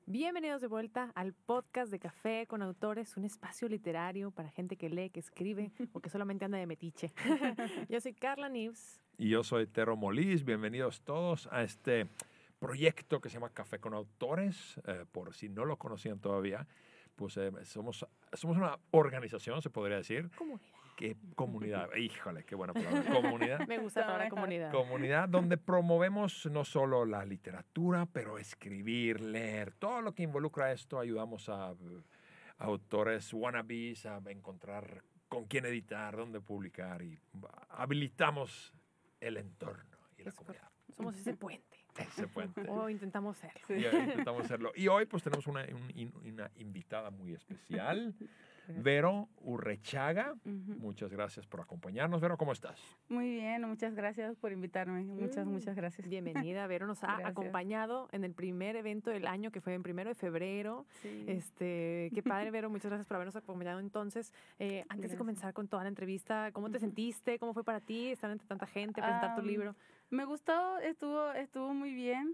Bienvenidos de vuelta al podcast de Café con Autores, un espacio literario para gente que lee, que escribe o que solamente anda de metiche. Yo soy Carla Nives. Y yo soy Tero Molís. Bienvenidos todos a este proyecto que se llama Café con Autores. Por si no lo conocían todavía, pues somos una organización, se podría decir. Comunidad. Comunidad. Híjole, qué buena palabra. Comunidad. Me gusta la palabra comunidad. Comunidad donde promovemos no solo la literatura, pero escribir, leer, todo lo que involucra esto. Ayudamos a autores wannabes a encontrar con quién editar, dónde publicar y habilitamos el entorno y la comunidad. Somos ese puente. Ese puente. O intentamos serlo. Sí, intentamos hacerlo. Y hoy pues tenemos una invitada muy especial, Vero Urrechaga. Muchas gracias por acompañarnos. Vero, ¿cómo estás? Muy bien, muchas gracias por invitarme. Muchas gracias. Bienvenida. Vero nos ha acompañado en el primer evento del año, que fue en 1 de febrero. Sí. Qué padre, Vero. Muchas gracias por habernos acompañado entonces. Antes de comenzar con toda la entrevista, ¿cómo te sentiste? ¿Cómo fue para ti estar entre tanta gente, presentar tu libro? Me gustó, estuvo muy bien.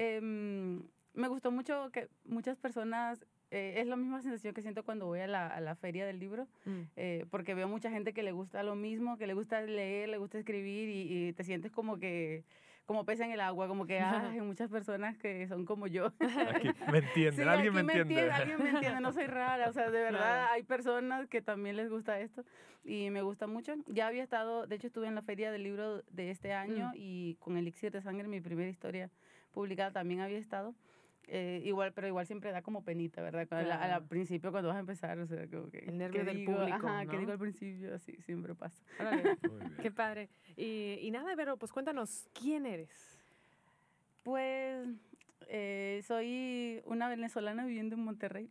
Me gustó mucho que muchas personas... es la misma sensación que siento cuando voy a la feria del libro, porque veo mucha gente que le gusta lo mismo, que le gusta leer, le gusta escribir y te sientes como pez en el agua, como que hay muchas personas que son como yo. Aquí me entienden, sí, alguien me entiende. Alguien me entiende, no soy rara, o sea, de verdad hay personas que también les gusta esto y me gusta mucho. Ya había estado, de hecho estuve en la feria del libro de este año y con Elixir de Sangre, mi primera historia publicada, también había estado. Pero igual siempre da como penita, ¿verdad? Claro. Al principio cuando vas a empezar, o sea, como que... El nervio del público, ¿no? ¿Qué digo al principio? Así siempre pasa. Órale. Muy bien. Qué padre. Y nada, Vero, pues cuéntanos, ¿quién eres? Pues soy una venezolana viviendo en Monterrey.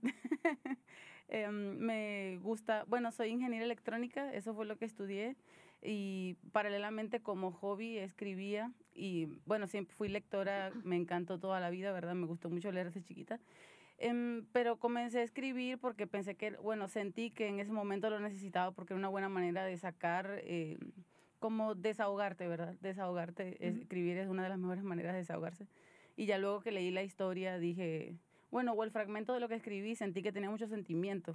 Me gusta, soy ingeniera electrónica, eso fue lo que estudié. Y paralelamente como hobby escribía y siempre fui lectora, me encantó toda la vida, ¿verdad? Me gustó mucho leer desde chiquita. Pero comencé a escribir porque pensé que, sentí que en ese momento lo necesitaba porque era una buena manera de sacar, como desahogarte, ¿verdad? Desahogarte, escribir es una de las mejores maneras de desahogarse. Y ya luego que leí la historia dije... o el fragmento de lo que escribí, sentí que tenía mucho sentimiento.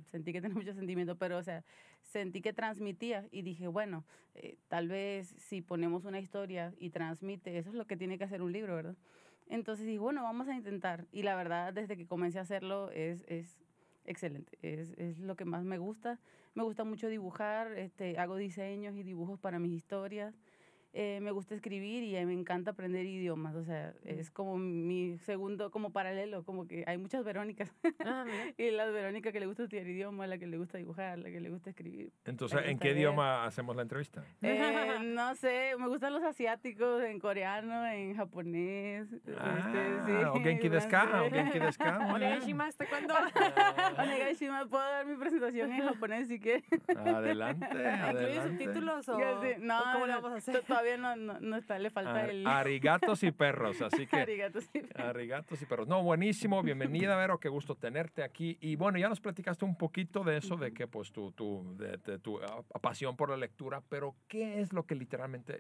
Pero, sentí que transmitía y dije, tal vez si ponemos una historia y transmite, eso es lo que tiene que hacer un libro, ¿verdad? Entonces dije, vamos a intentar. Y la verdad, desde que comencé a hacerlo, es excelente. Es lo que más me gusta. Me gusta mucho dibujar, hago diseños y dibujos para mis historias. Me gusta escribir y me encanta aprender idiomas, o sea, es como mi segundo, como paralelo, como que hay muchas Verónicas. Y la Verónica que le gusta estudiar idiomas, la que le gusta dibujar, la que le gusta escribir. Entonces, ¿en qué idioma hacemos la entrevista? No sé, me gustan los asiáticos, en coreano, en japonés. Sí. ¿O genki desu ka? Onegaishimasu, ¿cuándo? Onegaishimasu, ¿puedo dar mi presentación en japonés si quieres? Adelante. ¿Incluye subtítulos o cómo lo vamos a hacer? Todavía no está, le falta el... Arigatos y perros, así que... Arigatos y perros. Arigatos y perros. No, buenísimo, bienvenida, Vero, qué gusto tenerte aquí. Y ya nos platicaste un poquito de eso, de que pues tu pasión por la lectura, pero ¿qué es lo que literalmente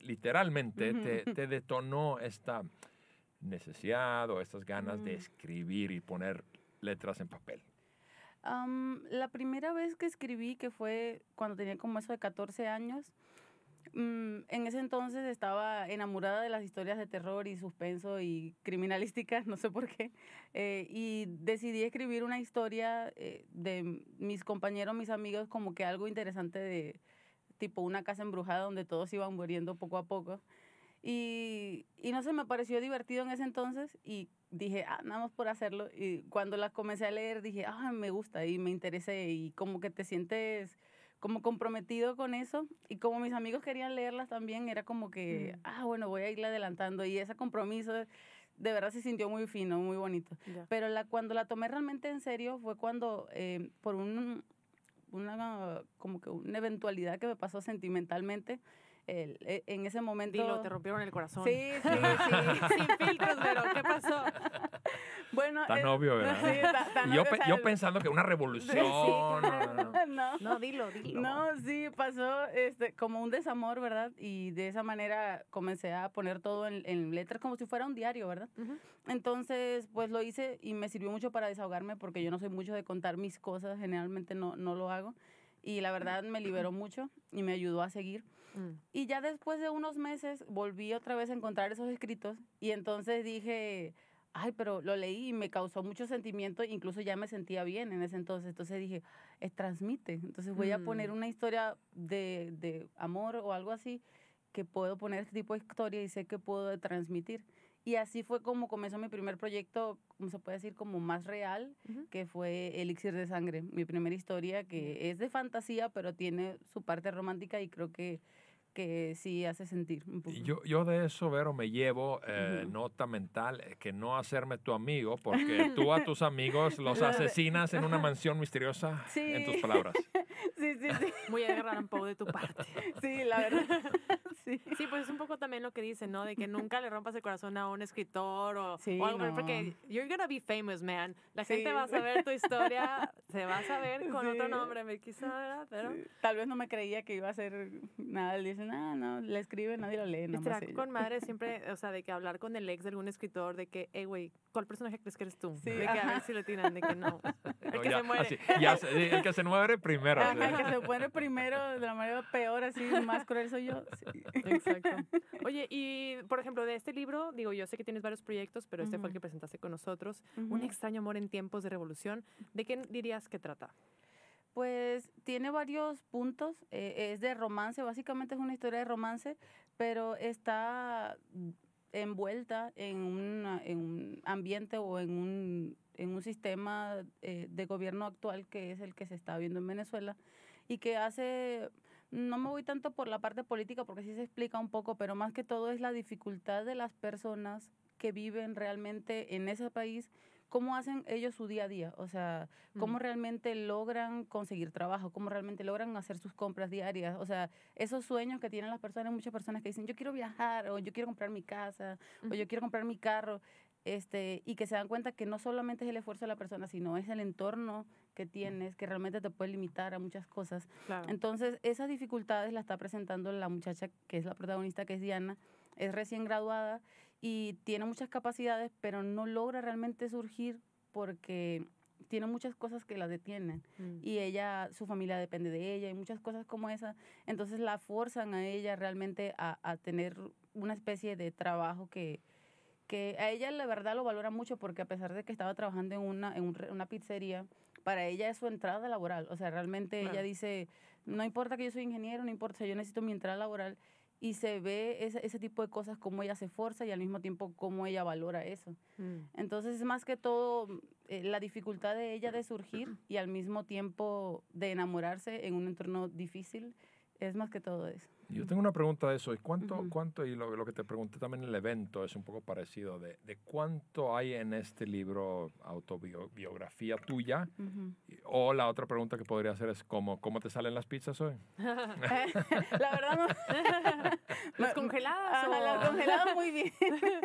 te detonó esta necesidad o estas ganas de escribir y poner letras en papel? La primera vez que escribí, que fue cuando tenía como eso de 14 años, en ese entonces estaba enamorada de las historias de terror y suspenso y criminalísticas, no sé por qué, y decidí escribir una historia de mis compañeros, mis amigos, como que algo interesante de tipo una casa embrujada donde todos iban muriendo poco a poco. Y no sé, me pareció divertido en ese entonces y dije, nada más por hacerlo. Y cuando las comencé a leer dije, me gusta y me interesé y como que te sientes como comprometido con eso. Y como mis amigos querían leerlas también, era como que, voy a irle adelantando. Y ese compromiso de verdad se sintió muy fino, muy bonito. Yeah. Pero cuando la tomé realmente en serio fue cuando, por como que una eventualidad que me pasó sentimentalmente, en ese momento... Dilo, te rompieron el corazón. Sí. Sin filtros, pero ¿qué pasó? Bueno, Tan obvio, ¿verdad? Sí, tan Y yo, obvio, o sea, yo pensando que una revolución. No. No. No, dilo. No, sí, pasó como un desamor, ¿verdad? Y de esa manera comencé a poner todo en letras como si fuera un diario, ¿verdad? Ujú. Entonces, pues lo hice y me sirvió mucho para desahogarme porque yo no soy mucho de contar mis cosas, generalmente no lo hago. Y la verdad me liberó mucho y me ayudó a seguir. Mm. Y ya después de unos meses volví otra vez a encontrar esos escritos y entonces dije, ay, pero lo leí y me causó mucho sentimiento, incluso ya me sentía bien en ese entonces. Entonces dije, transmite. Entonces voy a poner una historia de amor o algo así, que puedo poner este tipo de historia y sé que puedo transmitir. Y así fue como comenzó mi primer proyecto, como se puede decir, como más real, Ujú. que fue Elixir de Sangre, mi primera historia, que es de fantasía, pero tiene su parte romántica y creo que sí hace sentir un poco. Y yo de eso, Vero, me llevo Ujú. nota mental, que no hacerme tu amigo, porque tú a tus amigos los asesinas en una mansión misteriosa, en tus Sí. palabras. Sí, sí, sí. Muy Edgar Allan Poe de tu parte. Sí, la verdad. Sí. Sí, pues es un poco también lo que dicen, ¿no? De que nunca le rompas el corazón a un escritor Sí, o algo, no. porque you're gonna be famous, man. La Sí, gente va a sí. saber tu historia, se va a saber con otro Sí. nombre, me quizá, ¿verdad? Pero Sí. Tal vez no me creía que iba a hacer nada. Le dicen, no, le escribe, nadie lo lee, estará nomás ella. con madre siempre, o sea, de que hablar con el ex de algún escritor, de que, hey, güey, ¿cuál personaje crees que eres tú? Sí, de que a ajá. ver si le tiran, de que no. El No, que ya, se muere. así, el que se muere primero. Ajá, sí. el que se pone primero de la manera peor, así, más cruel soy yo. Sí. Exacto. Oye, y por ejemplo, de este libro, digo, yo sé que tienes varios proyectos, pero este fue el que presentaste con nosotros. Un Ujú. extraño amor en tiempos de revolución. ¿De qué dirías que trata? Pues tiene varios puntos. Es de romance, básicamente es una historia de romance, pero está envuelta en un ambiente o en un sistema de gobierno actual que es el que se está viendo en Venezuela y que hace, no me voy tanto por la parte política porque sí se explica un poco, pero más que todo es la dificultad de las personas que viven realmente en ese país, cómo hacen ellos su día a día, o sea, cómo realmente logran conseguir trabajo, cómo realmente logran hacer sus compras diarias, o sea, esos sueños que tienen las personas, muchas personas que dicen, yo quiero viajar, o yo quiero comprar mi casa, o yo quiero comprar mi carro, y que se dan cuenta que no solamente es el esfuerzo de la persona, sino es el entorno que tienes, que realmente te puede limitar a muchas cosas. Claro. Entonces, esas dificultades las está presentando la muchacha que es la protagonista, que es Diana, es recién graduada y tiene muchas capacidades, pero no logra realmente surgir porque tiene muchas cosas que la detienen y ella, su familia depende de ella y muchas cosas como esas, entonces la forzan a ella realmente a tener una especie de trabajo que a ella la verdad lo valora mucho porque a pesar de que estaba trabajando en una pizzería, para ella es su entrada laboral, o sea, realmente Claro. ella dice, no importa que yo soy ingeniero, no importa, o sea, yo necesito mi entrada laboral y se ve ese tipo de cosas, cómo ella se esfuerza y al mismo tiempo cómo ella valora eso. Entonces es más que todo la dificultad de ella de surgir y al mismo tiempo de enamorarse en un entorno difícil, es más que todo eso. Yo tengo una pregunta de eso. ¿Y Ujú. cuánto y lo que te pregunté también en el evento es un poco parecido, de cuánto hay en este libro autobiografía tuya? Ujú. O la otra pregunta que podría hacer es, ¿cómo te salen las pizzas hoy? La verdad no. ¿Las congeladas Ajá, o...? las congeladas muy bien.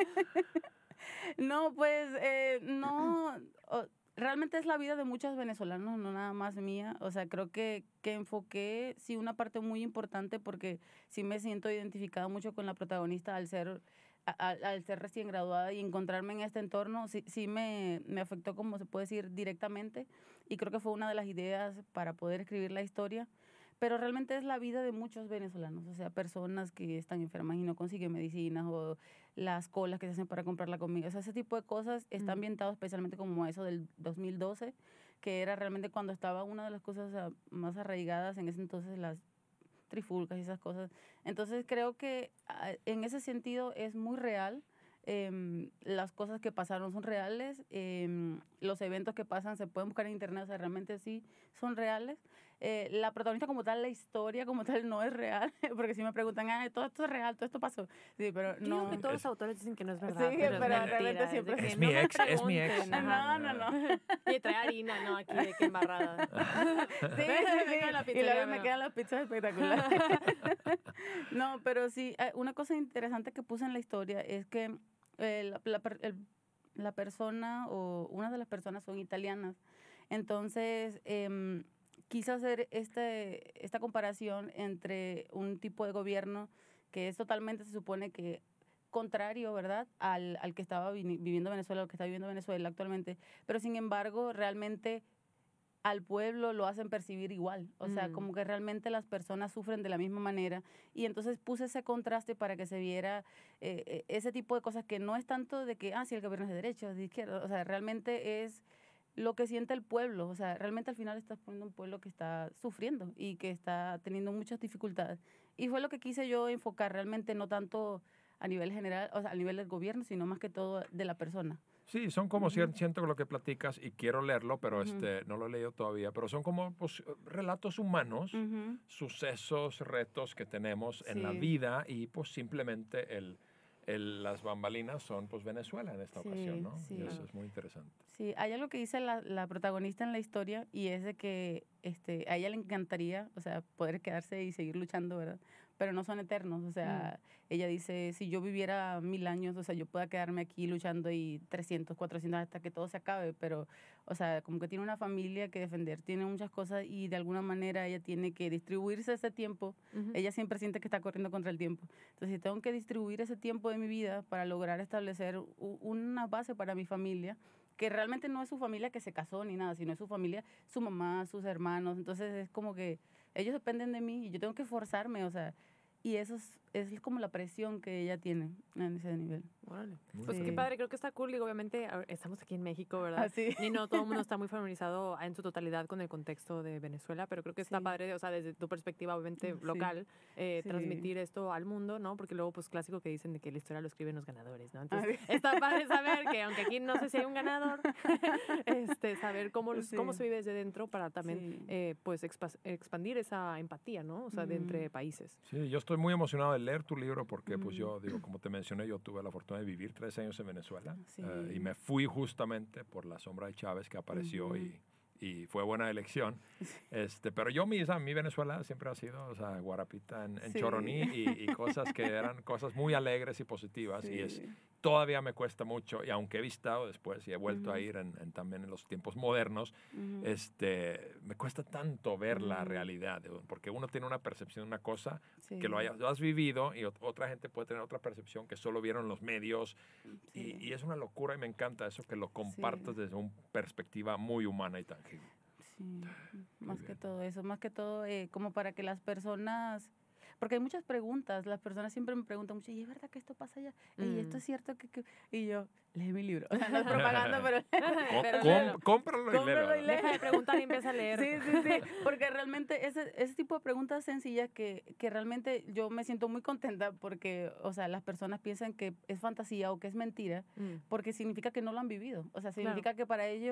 No, pues no. Realmente es la vida de muchos venezolanos, no nada más mía. O sea, creo que enfoqué, sí, una parte muy importante porque sí me siento identificada mucho con la protagonista al ser, al ser recién graduada y encontrarme en este entorno, sí me afectó, como se puede decir, directamente. Y creo que fue una de las ideas para poder escribir la historia. Pero realmente es la vida de muchos venezolanos, o sea, personas que están enfermas y no consiguen medicinas o las colas que se hacen para comprar la comida. O sea, ese tipo de cosas está ambientado especialmente como eso del 2012, que era realmente cuando estaba una de las cosas más arraigadas en ese entonces, las trifulcas y esas cosas. Entonces creo que en ese sentido es muy real. Las cosas que pasaron son reales, los eventos que pasan se pueden buscar en internet, o sea, realmente sí son reales. La protagonista como tal, la historia como tal no es real, porque si me preguntan, todo esto es real, todo esto pasó. Sí, pero Yo digo no. que todos los autores dicen que no es verdad, Sí, pero es pero mentira, realmente es siempre de que es no mi me ex, es mi ex. pregunten, ajá. No. Y trae harina, ¿no? Aquí de que embarrada. Sí, Venga a la y pizzería, luego me pero- quedan las pizzas espectaculares. No, pero sí, una cosa interesante que puse en la historia es que la la persona o una de las personas son italianas. Entonces, quise hacer esta comparación entre un tipo de gobierno que es totalmente, se supone que contrario, ¿verdad?, al que estaba viviendo Venezuela, lo que está viviendo Venezuela actualmente, pero sin embargo, realmente al pueblo lo hacen percibir igual, o sea, como que realmente las personas sufren de la misma manera, y entonces puse ese contraste para que se viera ese tipo de cosas que no es tanto de que, si el gobierno es de derecha o de izquierda, o sea, realmente es lo que siente el pueblo, o sea, realmente al final estás poniendo un pueblo que está sufriendo y que está teniendo muchas dificultades, y fue lo que quise yo enfocar, realmente no tanto a nivel general, o sea, a nivel del gobierno, sino más que todo de la persona. Sí, son como siento lo que platicas y quiero leerlo, pero Ujú. no lo he leído todavía, pero son como pues, relatos humanos, Ujú. sucesos, retos que tenemos en la Sí, vida y pues simplemente las bambalinas son pues Venezuela en esta ocasión, sí, ¿no? Y sí. eso es muy interesante. Sí, hay algo que dice la protagonista en la historia y es de que a ella le encantaría, o sea, poder quedarse y seguir luchando, ¿verdad? Pero no son eternos, o sea, ella dice, si yo viviera 1000 años, o sea, yo pueda quedarme aquí luchando y 300, 400 hasta que todo se acabe, pero, o sea, como que tiene una familia que defender, tiene muchas cosas y de alguna manera ella tiene que distribuirse ese tiempo. Ella siempre siente que está corriendo contra el tiempo. Entonces, si tengo que distribuir ese tiempo de mi vida para lograr establecer una base para mi familia, que realmente no es su familia que se casó ni nada, sino es su familia, su mamá, sus hermanos. Entonces es como que ellos dependen de mí y yo tengo que esforzarme, o sea, y eso es como la presión que ella tiene en ese nivel. Órale. Muy Pues qué Sí. padre, creo que está cool. Digo, obviamente estamos aquí en México, ¿verdad? Así. Y no todo el mundo está muy familiarizado en su totalidad con el contexto de Venezuela, pero creo que está Sí. padre, o sea, desde tu perspectiva, obviamente, Sí. local, Sí. transmitir esto al mundo, ¿no? Porque luego, pues, clásico que dicen de que la historia lo escriben los ganadores, ¿no? Ah, Entonces, está padre saber que, aunque aquí no sé si hay un ganador, saber cómo Sí. se vive desde dentro para también, Sí. pues, expandir esa empatía, ¿no? O sea, de entre países. Sí, yo estoy muy emocionado de leer tu libro porque, pues Mm. yo digo, como te mencioné, yo tuve la fortuna de vivir 3 años en Venezuela Sí. y me fui justamente por la sombra de Chávez que apareció Ujú. y fue buena elección. Pero yo, mi Venezuela siempre ha sido, o sea, Guarapita en Choroní Sí. y cosas que eran cosas muy alegres y positivas y Sí. todavía me cuesta mucho y aunque he visitado después y he vuelto a Ujú. ir también en los tiempos modernos, Ujú. me cuesta tanto ver la Mm. realidad, porque uno tiene una percepción de una cosa Sí. que lo has vivido y otra gente puede tener otra percepción que solo vieron los medios Sí. y es una locura y me encanta eso que lo compartas Sí. desde una perspectiva muy humana y tangible. Sí, Qué más que bien. todo eso, más que todo como para que las personas, porque hay muchas preguntas, las personas siempre me preguntan mucho, ¿y es verdad que esto pasa allá? ¿Y esto es cierto y yo, lee mi libro, o sea, no es propaganda, pero, pero léelo. Cómpralo y léelo. Cómpralo y Deja léelo. de preguntar y empieza a leer. Sí, sí, sí, porque realmente ese tipo de preguntas sencillas que realmente yo me siento muy contenta porque, o sea, las personas piensan que es fantasía o que es mentira, porque significa que no lo han vivido, o sea, significa que para ellos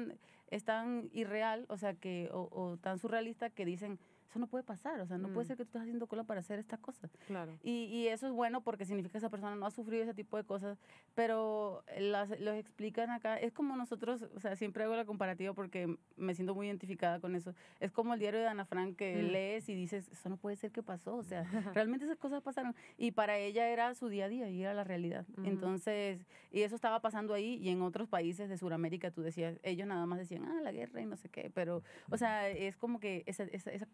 es tan irreal, o sea, o tan surrealista que dicen, eso no puede pasar, o sea, no puede ser que tú estés haciendo cola para hacer estas cosas. Claro. Y eso es bueno porque significa que esa persona no ha sufrido ese tipo de cosas, pero los explican acá. Es como nosotros, o sea, siempre hago la comparativa porque me siento muy identificada con eso. Es como el diario de Ana Frank que lees y dices, eso no puede ser que pasó, o sea, realmente esas cosas pasaron. Y para ella era su día a día y era la realidad. Entonces, y eso estaba pasando ahí y en otros países de Sudamérica, tú decías, ellos nada más decían, la guerra y no sé qué, pero, o sea, es como que ese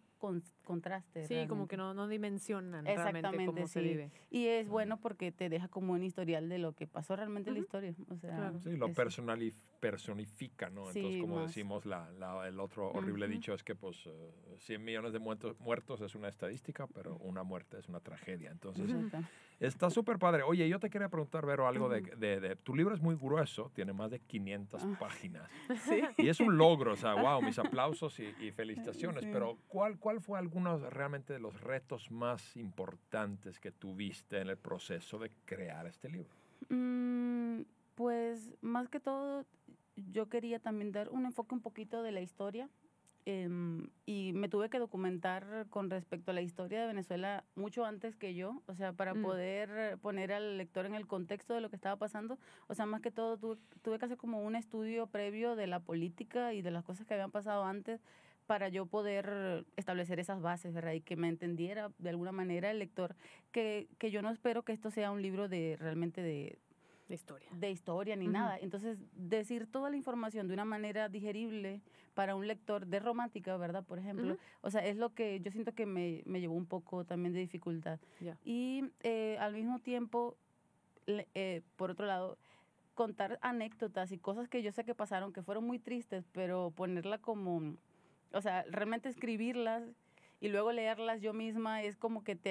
contraste. Sí, como que realmente. no dimensionan realmente Exactamente, cómo se sí. vive. Y es bueno porque te deja como un historial de lo que pasó realmente en la historia. O sea, Claro. Sí, lo eso. personifica, ¿no? Entonces, Sí, como más. decimos, el otro horrible dicho es que, pues, 100 millones de muertos es una estadística, pero una muerte es una tragedia. Entonces, Exacto. está súper padre. Oye, yo te quería preguntar, Vero, algo tu libro es muy grueso, tiene más de 500 páginas. Sí. Y es un logro, o sea, wow, mis aplausos y felicitaciones. Sí. Pero, ¿cuál fue algunos realmente de los retos más importantes que tuviste en el proceso de crear este libro? Pues más que todo, yo quería también dar un enfoque un poquito de la historia. Y me tuve que documentar con respecto a la historia de Venezuela mucho antes que yo, o sea, para poder poner al lector en el contexto de lo que estaba pasando. O sea, más que todo tuve que hacer como un estudio previo de la política y de las cosas que habían pasado antes para yo poder establecer esas bases, ¿verdad? Y que me entendiera de alguna manera el lector, que yo no espero que esto sea un libro de realmente de de historia ni nada. Entonces, decir toda la información de una manera digerible para un lector de romántica, ¿verdad? Por ejemplo. O sea, es lo que yo siento que me llevó un poco también de dificultad. Y al mismo tiempo, por otro lado, contar anécdotas y cosas que yo sé que pasaron, que fueron muy tristes, pero ponerla como, o sea, realmente escribirlas y luego leerlas yo misma es como que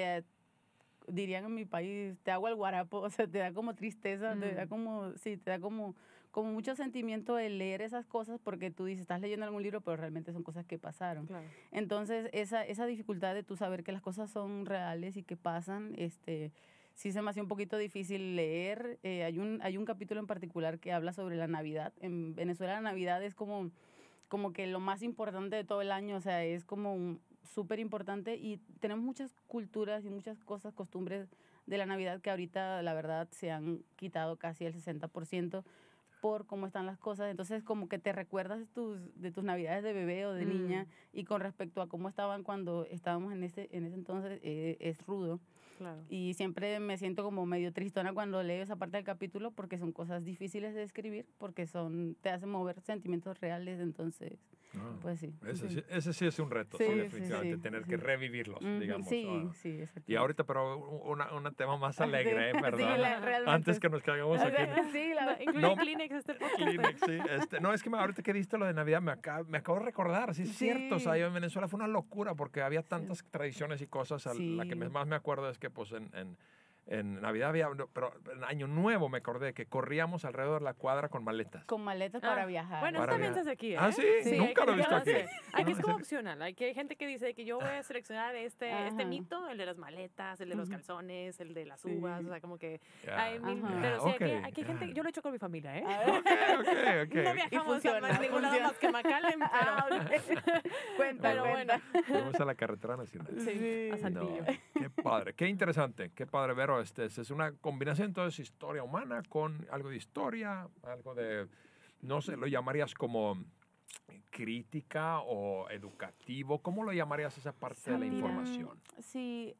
dirían en mi país, te hago el guarapo, o sea, te da como tristeza, te da como, sí, te da como mucho sentimiento el leer esas cosas porque tú dices, estás leyendo algún libro, pero realmente son cosas que pasaron. Claro. Entonces, esa dificultad de tú saber que las cosas son reales y que pasan, sí se me hace un poquito difícil leer. Hay un capítulo en particular que habla sobre la Navidad. En Venezuela la Navidad es como que lo más importante de todo el año, o sea, es como súper importante y tenemos muchas culturas y muchas cosas, costumbres de la Navidad que ahorita, la verdad, se han quitado casi el 60% por cómo están las cosas. Entonces, como que te recuerdas de tus Navidades de bebé o de niña y con respecto a cómo estaban cuando estábamos en ese entonces, es rudo. Claro. Y siempre me siento como medio tristona cuando leo esa parte del capítulo porque son cosas difíciles de escribir, porque te hacen mover sentimientos reales, entonces, pues sí. Ese sí es un reto, sí, definitivamente, tener que revivirlos, digamos. Sí, exactamente. Y ahorita, pero un tema más alegre, perdón. Realmente. Antes que nos caigamos aquí. Incluye Kleenex este podcast. Kleenex, sí. No, es que ahorita que diste lo de Navidad, me acabo de recordar, sí es cierto. O sea, yo en Venezuela fue una locura porque había tantas tradiciones y cosas. La que más me acuerdo es que pues en Navidad había, pero en Año Nuevo me acordé que corríamos alrededor de la cuadra con maletas. Con maletas para viajar. Bueno, eso también se hace aquí, ¿eh? Ah, ¿sí? Nunca lo he visto aquí. Aquí es como opcional. Hay gente que dice que yo voy a seleccionar este mito, el de las maletas, el de los calzones, el de las uvas, o sea, como que hay mil... Pero sí, aquí hay gente... Yo lo he hecho con mi familia, ¿eh? Ok. No viajamos a ningún lado más que McAllen, pero... Pero bueno. Vamos a la carretera nacional. Sí, a Saltillo. Qué padre, qué interesante, qué padre, Vero. Es una combinación entonces historia humana con algo de historia, algo de, no sé, lo llamarías como crítica o educativo. ¿Cómo lo llamarías esa parte de la información? Sí,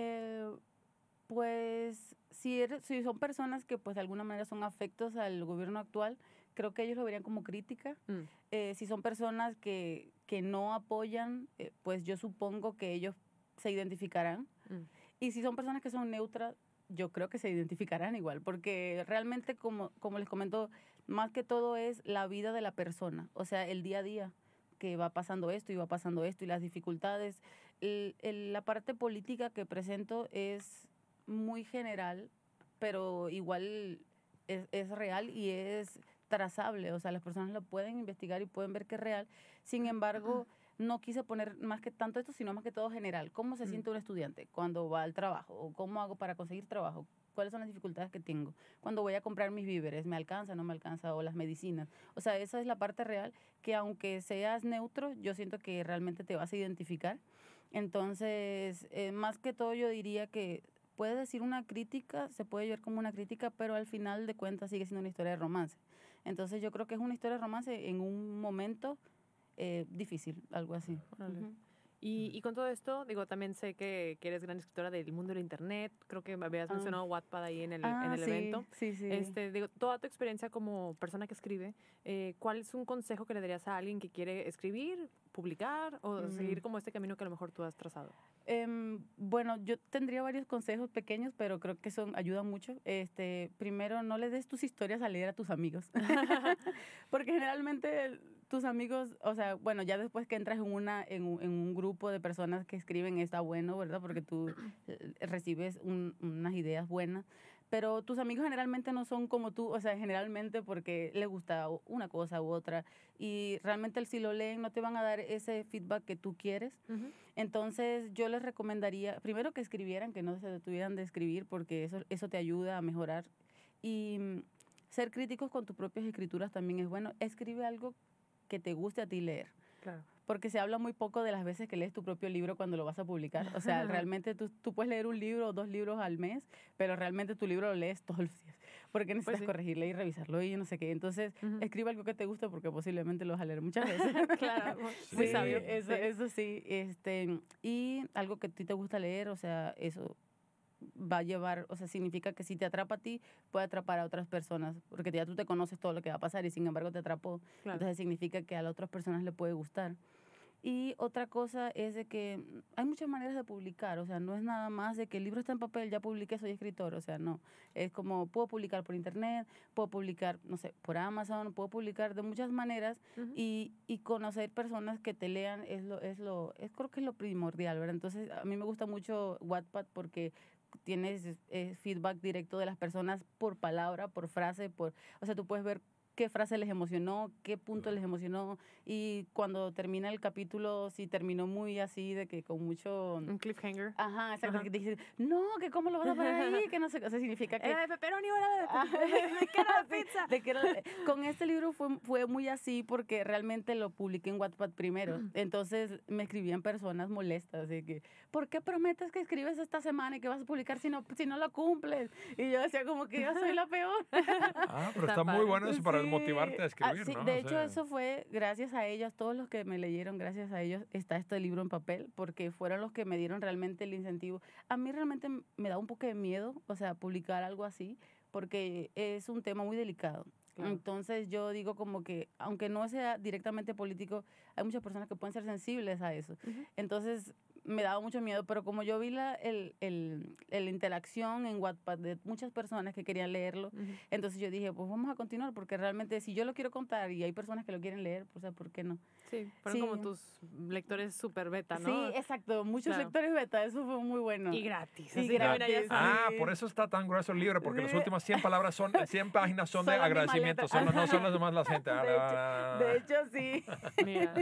pues si son personas que pues de alguna manera son afectos al gobierno actual, creo que ellos lo verían como crítica. Si son personas que no apoyan, pues yo supongo que ellos se identificarán. Y si son personas que son neutras, yo creo que se identificarán igual, porque realmente, como les comento, más que todo es la vida de la persona, o sea, el día a día, que va pasando esto y va pasando esto y las dificultades. La parte política que presento es muy general, pero igual es real y es trazable, o sea, las personas lo pueden investigar y pueden ver que es real. Sin embargo, no quise poner más que tanto esto, sino más que todo general. ¿Cómo se siente un estudiante cuando va al trabajo? ¿O cómo hago para conseguir trabajo? ¿Cuáles son las dificultades que tengo? Cuando voy a comprar mis víveres, ¿me alcanza, no me alcanza? O las medicinas. O sea, esa es la parte real que aunque seas neutro, yo siento que realmente te vas a identificar. Entonces, más que todo yo diría que puedes decir una crítica, se puede ver como una crítica, pero al final de cuentas sigue siendo una historia de romance. Entonces yo creo que es una historia de romance en un momento difícil, algo así. Y con todo esto, digo, también sé que eres gran escritora del mundo del internet. Creo que me habías mencionado Wattpad ahí en el evento. Sí. Digo, toda tu experiencia como persona que escribe, ¿cuál es un consejo que le darías a alguien que quiere escribir, publicar o seguir como este camino que a lo mejor tú has trazado? Bueno, yo tendría varios consejos pequeños, pero creo que ayudan mucho. Primero, no le des tus historias a leer a tus amigos. Porque generalmente tus amigos, o sea, bueno, ya después que entras en un grupo de personas que escriben está bueno, ¿verdad? Porque tú recibes unas ideas buenas. Pero tus amigos generalmente no son como tú, o sea, generalmente porque les gusta una cosa u otra. Y realmente si lo leen no te van a dar ese feedback que tú quieres. Entonces yo les recomendaría, primero que escribieran, que no se detuvieran de escribir, porque eso te ayuda a mejorar. Y ser críticos con tus propias escrituras también es bueno. Escribe algo que te guste a ti leer. Claro. Porque se habla muy poco de las veces que lees tu propio libro cuando lo vas a publicar. O sea, realmente tú puedes leer un libro o 2 libros al mes, pero realmente tu libro lo lees todos los días. Porque necesitas corregirle y revisarlo y no sé qué. Entonces, escribe algo que te guste porque posiblemente lo vas a leer muchas veces. Claro, muy sabio. Eso sí. Y algo que a ti te gusta leer, o sea, eso va a llevar, o sea, significa que si te atrapa a ti, puede atrapar a otras personas, porque ya tú te conoces todo lo que va a pasar y sin embargo te atrapó. Claro. Entonces significa que a las otras personas le puede gustar. Y otra cosa es de que hay muchas maneras de publicar, o sea, no es nada más de que el libro está en papel, ya publiqué, soy escritor, o sea, no. Es como, puedo publicar por internet, puedo publicar, no sé, por Amazon, puedo publicar de muchas maneras y conocer personas que te lean creo que es lo primordial, ¿verdad? Entonces, a mí me gusta mucho Wattpad porque tienes feedback directo de las personas por palabra, por frase, o sea, tú puedes ver qué frase les emocionó, qué punto les emocionó, y cuando termina el capítulo, si terminó muy así, de que con mucho... Un cliffhanger. Ajá, exacto, que te dicen, no, que cómo lo vas a poner ahí, que no sé, o sea, significa que... pepperoni, de que era pizza. Con este libro fue muy así porque realmente lo publiqué en Wattpad primero, entonces me escribían personas molestas, de que, ¿por qué prometes que escribes esta semana y que vas a publicar si no lo cumples? Y yo decía como que yo soy la peor. Pero está muy bueno eso para motivarte a escribir, sí, ¿no? De hecho, eso fue gracias a ellos, todos los que me leyeron, gracias a ellos está este libro en papel, porque fueron los que me dieron realmente el incentivo. A mí realmente me da un poco de miedo, o sea, publicar algo así, porque es un tema muy delicado. Claro. Entonces yo digo como que, aunque no sea directamente político, hay muchas personas que pueden ser sensibles a eso. Entonces me daba mucho miedo, pero como yo vi la interacción en Wattpad de muchas personas que querían leerlo, entonces yo dije, pues vamos a continuar, porque realmente si yo lo quiero contar y hay personas que lo quieren leer, pues ¿por qué no? Sí, fueron como tus lectores super beta, ¿no? Sí, exacto, muchos lectores beta, eso fue muy bueno. Y gratis. Y gratis. Por eso está tan grueso el libro, porque las últimas 100 páginas son de agradecimiento, no son las demás la gente. De hecho, sí. Mira.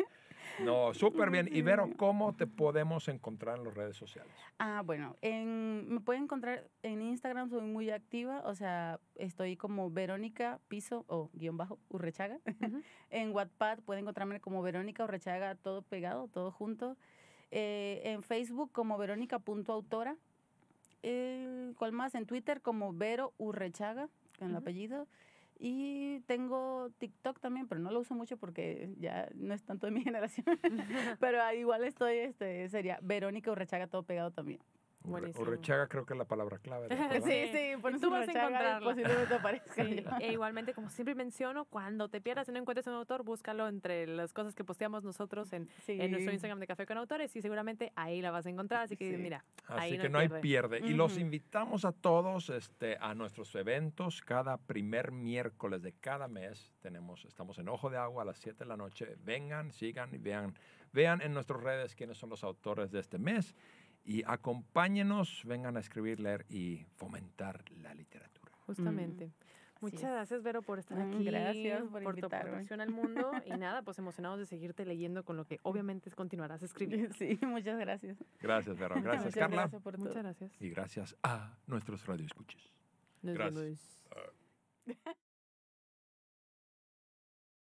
No, súper bien. Y Vero, ¿cómo te podemos encontrar en las redes sociales? Bueno, me pueden encontrar en Instagram, soy muy activa, o sea, estoy como Verónica Piso o _ Urrechaga. En Wattpad pueden encontrarme como Verónica Urrechaga, todo pegado, todo junto. En Facebook como Verónica.autora. ¿Cuál más? En Twitter como Vero Urrechaga, con el apellido. Y tengo TikTok también, pero no lo uso mucho porque ya no es tanto de mi generación. Pero igual sería Verónica Urrechaga, todo pegado también. Urrechaga creo que es la palabra clave. Sí, tú vas a encontrarlo. Posiblemente aparezca. Sí. Igualmente, como siempre menciono, cuando te pierdas y no encuentres un autor, búscalo entre las cosas que posteamos nosotros en nuestro Instagram de Café con Autores y seguramente ahí la vas a encontrar. Así que mira, así que no hay pierde. Y los invitamos a todos a nuestros eventos. Cada primer miércoles de cada mes estamos en Ojo de Agua a las 7 de la noche. Vengan, sigan y vean en nuestras redes quiénes son los autores de este mes. Y acompáñenos, vengan a escribir, leer y fomentar la literatura. Justamente. Muchas gracias, Vero, por estar aquí. Gracias por tu aportación al mundo. Y nada, pues emocionados de seguirte leyendo con lo que obviamente continuarás escribiendo. Sí, muchas gracias. Gracias, Vero. Gracias, Carla. Gracias por todo. Muchas gracias. Y gracias a nuestros radioescuchas. Nos vemos.